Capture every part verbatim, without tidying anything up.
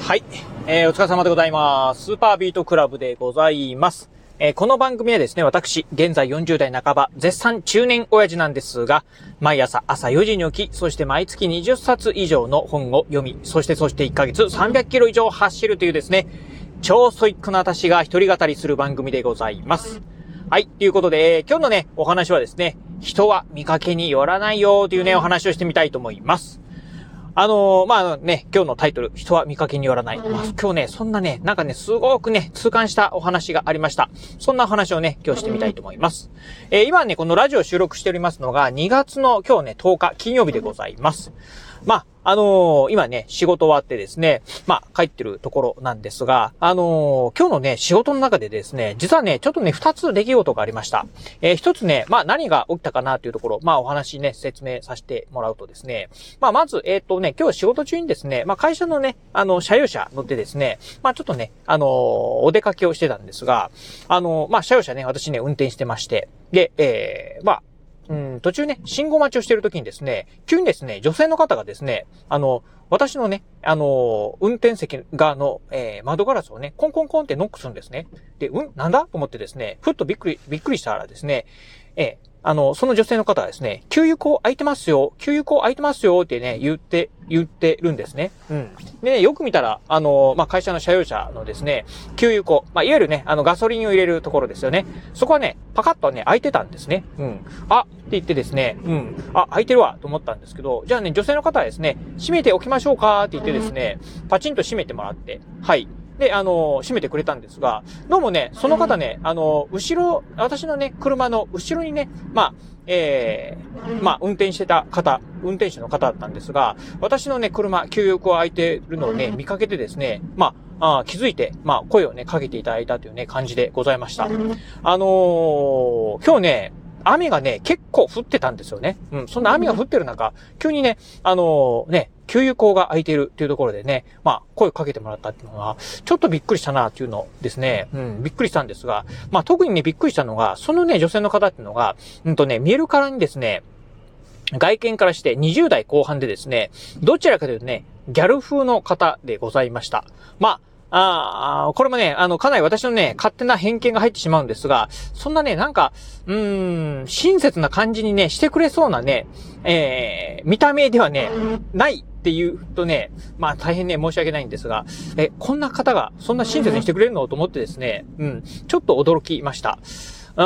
はい、えー、お疲れ様でございます。スーパービートクラブでございます。えー、この番組はですね、私、現在よんじゅう代半ば、絶賛中年親父なんですが、毎朝朝よじに起き、そして毎月にじゅっさつ以上の本を読み、そしてそしていっかげつさんびゃっキロ以上走るというですね、超ストイックな私が一人語りする番組でございます。はい、ということで、えー、今日のね、お話はですね、人は見かけによらないよというね、お話をしてみたいと思います。あのー、まあね、今日のタイトル、人は見かけによらない。まあ、今日ね、そんなね、なんかね、すごくね、痛感したお話がありました。そんな話をね、今日してみたいと思います。えー、今ね、このラジオ収録しておりますのが、にがつの今日ね、とおか、金曜日でございます。まあ、あのー、今ね、仕事終わってですね、まあ、帰ってるところなんですが、あのー、今日のね、仕事の中でですね、実はね、ちょっとね、二つ出来事がありました。えー、一つね、まあ、何が起きたかなというところ、まあ、お話ね、説明させてもらうとですね、まあ、まず、えっとね、今日仕事中にですね、まあ、会社のね、あの、車用車乗ってですね、まあ、ちょっとね、あのー、お出かけをしてたんですが、あのー、まあ、車用車ね、私ね、運転してまして、で、えー、まあ、うん、途中ね、信号待ちをしているときにですね、急にですね、女性の方がですね、あの、私のね、あの、運転席側の、えー、窓ガラスをね、コンコンコンってノックするんですね。で、うんなんだと思ってですね、ふっとびっくり、びっくりしたらですね、えー、あの、その女性の方がですね、給油口空いてますよ、給油口空いてますよってね、言って、言ってるんですね。うん。でね、よく見たら、あの、まあ、会社の車用車のですね、給油口、まあ、いわゆるね、あの、ガソリンを入れるところですよね。そこはね、パカッとね、開いてたんですね。うん。あって言ってですね、うん。あ、開いてるわ、と思ったんですけど、じゃあね、女性の方はですね、閉めておきましょうかって言ってですね、パチンと閉めてもらって、はい。で、あの、閉めてくれたんですが、どうもね、その方ね、あの、後ろ、私のね、車の後ろにね、まあ、えー、まあ、運転してた方、運転手の方だったんですが、私のね、車、給油口開いてるのをね、見かけてですね、まあ、あ気づいて、まあ、声をね、かけていただいたというね、感じでございました。あのー、今日ね、雨がね、結構降ってたんですよね。うん、そんな雨が降ってる中、急にね、あのー、ね、給油口が開いているっていうところでね、まあ、声をかけてもらったっていうのは、ちょっとびっくりしたなっていうのですね。うん、びっくりしたんですが、まあ、特にね、びっくりしたのが、そのね、女性の方っていうのが、うんとね、見えるからにですね、外見からしてにじゅう代後半でですね、どちらかというとね、ギャル風の方でございました。まあ、ああ、これもね、あの、かなり私のね、勝手な偏見が入ってしまうんですが、そんなね、なんか、うーん、親切な感じにね、してくれそうなね、えー、見た目ではね、ないっていうとね、まあ大変ね、申し訳ないんですが、え、こんな方が、そんな親切にしてくれるのと思ってですね、うん、ちょっと驚きました。うん、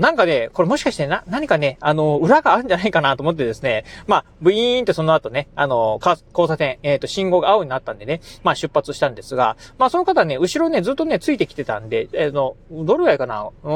なんかね、これもしかしてな、何かね、あの、裏があるんじゃないかなと思ってですね、まあ、ブイーンってその後ね、あの、交差点、えっと、信号が青になったんでね、まあ、出発したんですが、まあ、その方ね、後ろね、ずっとね、ついてきてたんで、えー、の、どれぐらいかな、うん、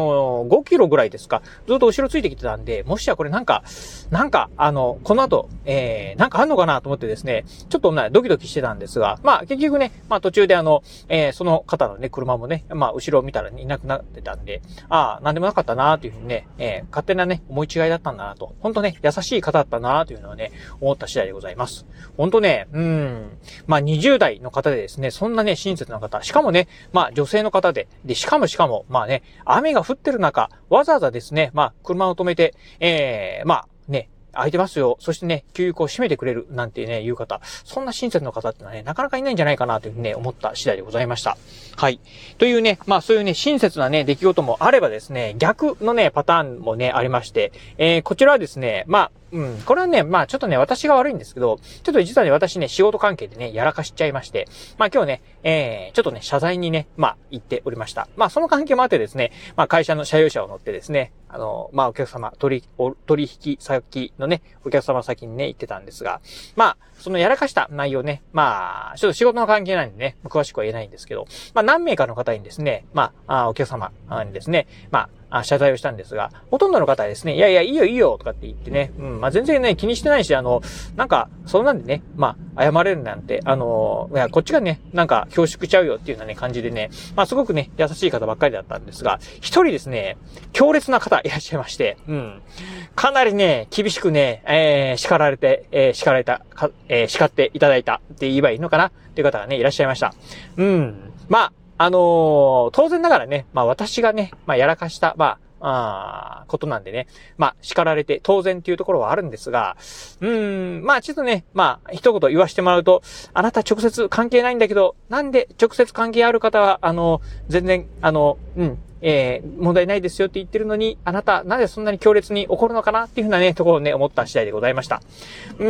ごキロぐらいですか、ずっと後ろついてきてたんで、もしやこれなんか、なんか、あの、この後、えー、なんかあんのかなと思ってですね、ちょっとね、ドキドキしてたんですが、まあ、結局ね、まあ、途中であの、えー、その方のね、車もね、まあ、後ろを見たら、ね、いなくなってたんで、ああ、なんでもなかったなというふうにね、えー、勝手なね、思い違いだったんだなと。本当ね、優しい方だったなというのはね、思った次第でございます。本当ね、うん。まあ、にじゅう代の方でですね、そんなね、親切な方。しかもね、まあ、女性の方で、で、しかもしかも、まあね、雨が降ってる中、わざわざですね、まあ、車を止めて、えー、まあ、ね、空いてますよ。そしてね、給油口を閉めてくれるなんてね、いう方。そんな親切の方ってのはね、なかなかいないんじゃないかなというふうにね、思った次第でございました。はい。というね、まあそういうね、親切なね、出来事もあればですね、逆のね、パターンもね、ありまして、えー、こちらはですね、まあ、うん。これはね、まあちょっとね、私が悪いんですけど、ちょっと実はね、私ね、仕事関係でね、やらかしちゃいまして、まあ今日ね、えー、ちょっとね、謝罪にね、まあ行っておりました。まあその関係もあってですね、まあ会社の車用車を乗ってですね、あの、まあお客様、取り、取引先のね、お客様先にね、行ってたんですが、まあ、そのやらかした内容ね、まあ、ちょっと仕事の関係なんでね、詳しくは言えないんですけど、まあ何名かの方にですね、まあ、お客様にですね、まあ、謝罪をしたんですが、ほとんどの方はですね、いやいや、いいよいいよとかって言ってね、うん、まあ全然ね、気にしてないし、あの、なんか、そんなんでね、まあ、謝れるなんて、あの、いや、こっちがね、なんか、恐縮ちゃうよっていうようなね、感じでね、まあすごくね、優しい方ばっかりだったんですが、一人ですね、強烈な方いらっしゃいまして、うん、かなりね、厳しくね、えー、叱られて、えー、叱られた、かえー、叱っていただいたって言えばいいのかなっていう方がね、いらっしゃいました。うん、まあ、あのー、当然ながらね、まあ私がね、まあやらかした、まあ、 あことなんでね。まあ、叱られて当然っていうところはあるんですが、うーん、まあ、ちょっとね、まあ、一言言わせてもらうと、あなた直接関係ないんだけど、なんで直接関係ある方は、あの、全然、あの、うん、えー、問題ないですよって言ってるのに、あなた、なぜそんなに強烈に怒るのかなっていうふうなね、ところをね、思った次第でございました。うん、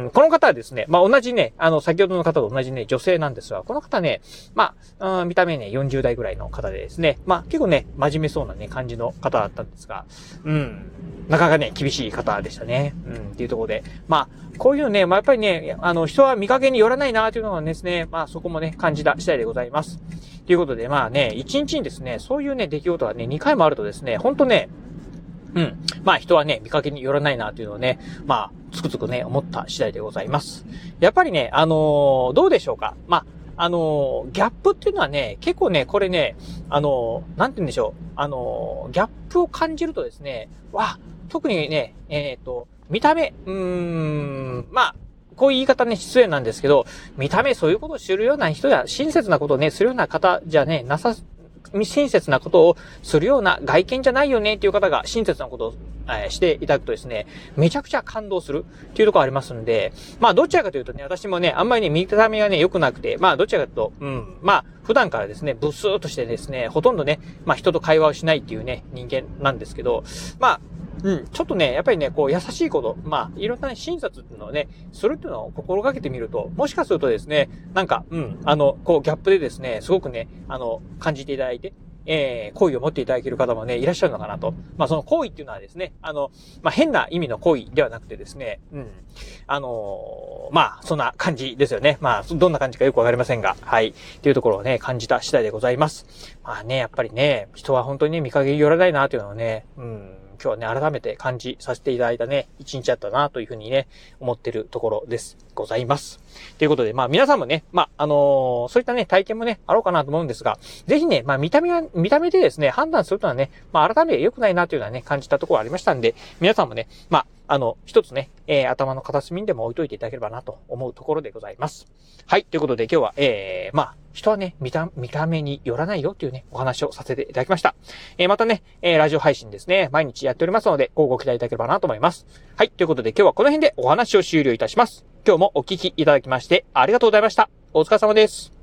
この方はですね、まあ、同じね、あの、先ほどの方と同じね、女性なんですが、この方ね、まあ、うん、見た目ね、よんじゅう代ぐらいの方でですね、まあ、結構ね、真面目そうなね、感じの方だったんですが、うん、なかなかね、厳しい方でしたね。うん、っていうところで、まあ、こういうのね、まあ、やっぱりね、あの、人は見かけによらないなというのがですね、まあ、そこもね、感じた次第でございます。ということで、まあね、一日にですね、そういうね、出来事がね、にかいもあるとですね、ほんとね、うん。まあ人はね、見かけによらないなというのをね、まあ、つくづくね、思った次第でございます。やっぱりね、あのー、どうでしょうか。まあ、あのー、ギャップっていうのはね、結構ね、これね、あのー、なんて言うんでしょう。あのー、ギャップを感じるとですね、わ、特にね、えっと、見た目、うーん、まあ、こういう言い方ね、失礼なんですけど、見た目そういうことをするような人や、親切なことをね、するような方じゃね、なさ、親切なことをするような外見じゃないよねっていう方が親切なことを、えー、していただくとですね、めちゃくちゃ感動するっていうところありますんで、まあどちらかというとね、私もね、あんまりね、見た目がね、良くなくて、まあどちらかというと、うん、まあ普段からですね、ブスーっとしてですね、ほとんどね、まあ人と会話をしないっていうね、人間なんですけど、まあ、うん、ちょっとね、やっぱりね、こう、優しいこと、まあ、いろんなね、親切っていうのをね、するっていうのを心がけてみると、もしかするとですね、なんか、うん、あの、こう、ギャップでですね、すごくね、あの、感じていただいて、えー、好意を持っていただける方もね、いらっしゃるのかなと。まあ、その好意っていうのはですね、あの、まあ、変な意味の好意ではなくてですね、うん。あのー、まあ、そんな感じですよね。まあ、どんな感じかよくわかりませんが、はい。っていうところをね、感じた次第でございます。まあね、やっぱりね、人は本当にね、見かけによらないなというのをね、うん。今日はね、改めて感じさせていただいたね、一日だったなというふうにね、思ってるところです。ございます。ということで、まあ皆さんもね、まああのー、そういったね、体験もね、あろうかなと思うんですが、ぜひね、まあ見た目は、見た目でですね、判断するというのはね、まあ改めて良くないなというのはね、感じたところありましたんで、皆さんもね、まあ、あの、一つね、えー、頭の片隅にでも置いといていただければなと思うところでございます。はい、ということで今日は、えー、まあ、人はね、見た、見た目によらないよっていうね、お話をさせていただきました。えー、またね、えー、ラジオ配信ですね、毎日やっておりますので、ごご期待いただければなと思います。はい、ということで今日はこの辺でお話を終了いたします。今日もお聞きいただきましてありがとうございました。お疲れ様です。